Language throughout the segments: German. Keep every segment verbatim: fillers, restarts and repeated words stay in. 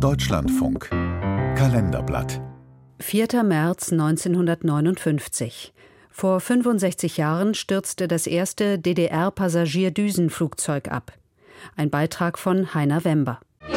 Deutschlandfunk Kalenderblatt. vierter März neunzehnhundertneunundfünfzig. Vor fünfundsechzig Jahren stürzte das erste D D R-Passagierdüsenflugzeug ab. Ein Beitrag von Heiner Wember.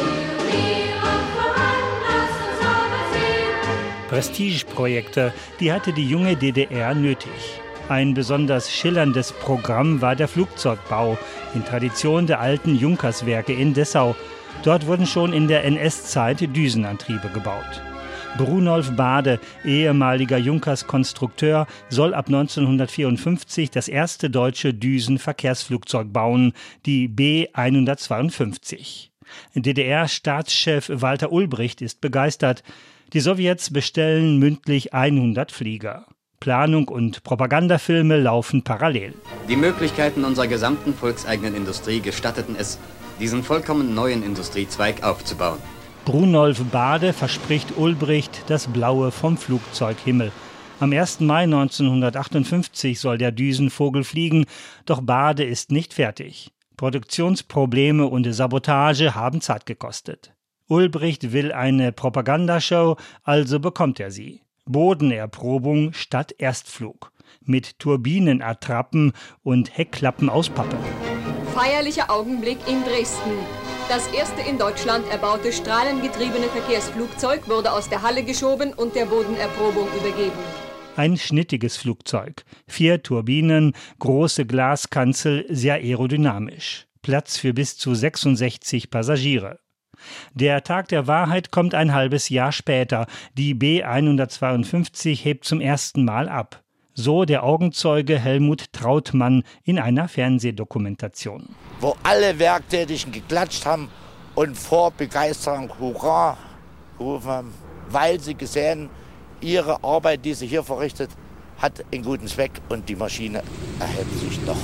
Prestigeprojekte, die hatte die junge D D R nötig. Ein besonders schillerndes Programm war der Flugzeugbau, in Tradition der alten Junkerswerke in Dessau. Dort wurden schon in der N S-Zeit Düsenantriebe gebaut. Brunolf Bade, ehemaliger Junkers-Konstrukteur, soll ab neunzehnhundertvierundfünfzig das erste deutsche Düsenverkehrsflugzeug bauen, die B hundertzweiundfünfzig. D D R-Staatschef Walter Ulbricht ist begeistert. Die Sowjets bestellen mündlich hundert Flieger. Planung und Propagandafilme laufen parallel. Die Möglichkeiten unserer gesamten volkseigenen Industrie gestatteten es, diesen vollkommen neuen Industriezweig aufzubauen. Brunolf Bade verspricht Ulbricht das Blaue vom Flugzeughimmel. Am ersten Mai neunzehnhundertachtundfünfzig soll der Düsenvogel fliegen, doch Bade ist nicht fertig. Produktionsprobleme und Sabotage haben Zeit gekostet. Ulbricht will eine Propagandashow, also bekommt er sie. Bodenerprobung statt Erstflug. Mit Turbinenattrappen und Heckklappen aus Pappe. Feierlicher Augenblick in Dresden. Das erste in Deutschland erbaute strahlengetriebene Verkehrsflugzeug wurde aus der Halle geschoben und der Bodenerprobung übergeben. Ein schnittiges Flugzeug. Vier Turbinen, große Glaskanzel, sehr aerodynamisch. Platz für bis zu sechsundsechzig Passagiere. Der Tag der Wahrheit kommt ein halbes Jahr später. Die B hundertzweiundfünfzig hebt zum ersten Mal ab. So der Augenzeuge Helmut Trautmann in einer Fernsehdokumentation. Wo alle Werktätigen geklatscht haben und vor Begeisterung Hurra gerufen haben, weil sie gesehen, ihre Arbeit, die sie hier verrichtet, hat einen guten Zweck und die Maschine erhebt sich noch.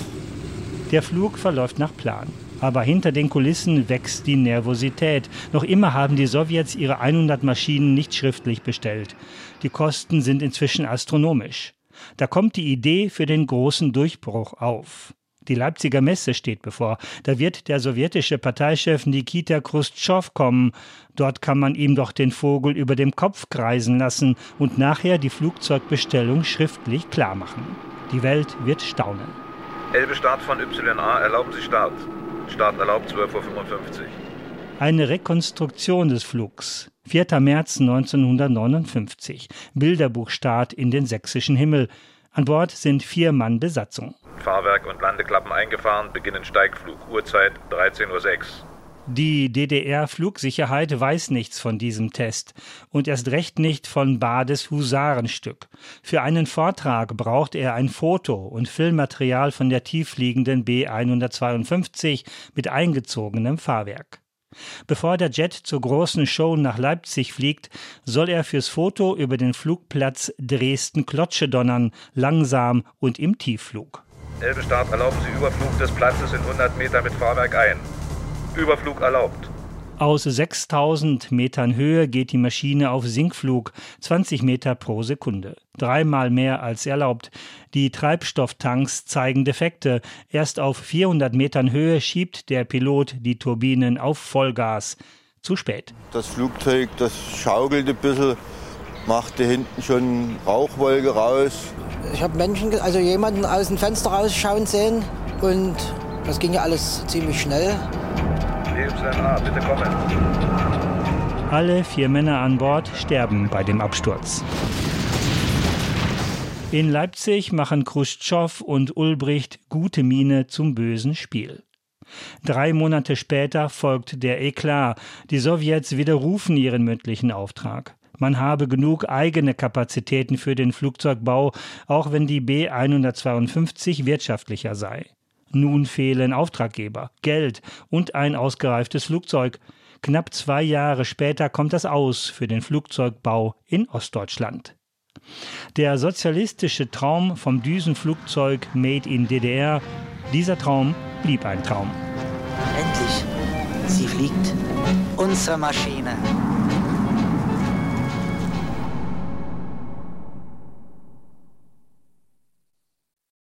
Der Flug verläuft nach Plan. Aber hinter den Kulissen wächst die Nervosität. Noch immer haben die Sowjets ihre hundert Maschinen nicht schriftlich bestellt. Die Kosten sind inzwischen astronomisch. Da kommt die Idee für den großen Durchbruch auf. Die Leipziger Messe steht bevor. Da wird der sowjetische Parteichef Nikita Chruschtschow kommen. Dort kann man ihm doch den Vogel über dem Kopf kreisen lassen und nachher die Flugzeugbestellung schriftlich klarmachen. Die Welt wird staunen. Elbe-Start von Y A, erlauben Sie Start. Start erlaubt zwölf Uhr fünfundfünfzig. Eine Rekonstruktion des Flugs. vierter März neunzehnhundertneunundfünfzig. Bilderbuchstart in den sächsischen Himmel. An Bord sind vier Mann Besatzung. Fahrwerk und Landeklappen eingefahren, beginnen Steigflug. Uhrzeit dreizehn Uhr sechs. Die D D R-Flugsicherheit weiß nichts von diesem Test und erst recht nicht von Bades Husarenstück. Für einen Vortrag braucht er ein Foto und Filmmaterial von der tieffliegenden B hundertzweiundfünfzig mit eingezogenem Fahrwerk. Bevor der Jet zur großen Show nach Leipzig fliegt, soll er fürs Foto über den Flugplatz Dresden-Klotzsche donnern, langsam und im Tiefflug. Elbe-Start, erlauben Sie Überflug des Platzes in hundert Meter mit Fahrwerk ein. Überflug erlaubt. Aus sechstausend Metern Höhe geht die Maschine auf Sinkflug, zwanzig Meter pro Sekunde. Dreimal mehr als erlaubt. Die Treibstofftanks zeigen Defekte. Erst auf vierhundert Metern Höhe schiebt der Pilot die Turbinen auf Vollgas. Zu spät. Das Flugzeug, das schaukelt ein bisschen, machte hinten schon Rauchwolke raus. Ich habe Menschen, also jemanden aus dem Fenster rausschauen sehen und das ging ja alles ziemlich schnell. Y A, bitte kommen. Alle vier Männer an Bord sterben bei dem Absturz. In Leipzig machen Chruschtschow und Ulbricht gute Miene zum bösen Spiel. Drei Monate später folgt der Eklat. Die Sowjets widerrufen ihren mündlichen Auftrag. Man habe genug eigene Kapazitäten für den Flugzeugbau, auch wenn die B hundertzweiundfünfzig wirtschaftlicher sei. Nun fehlen Auftraggeber, Geld und ein ausgereiftes Flugzeug. Knapp zwei Jahre später kommt das Aus für den Flugzeugbau in Ostdeutschland. Der sozialistische Traum vom Düsenflugzeug Made in D D R, dieser Traum blieb ein Traum. Endlich, sie fliegt. Unsere Maschine.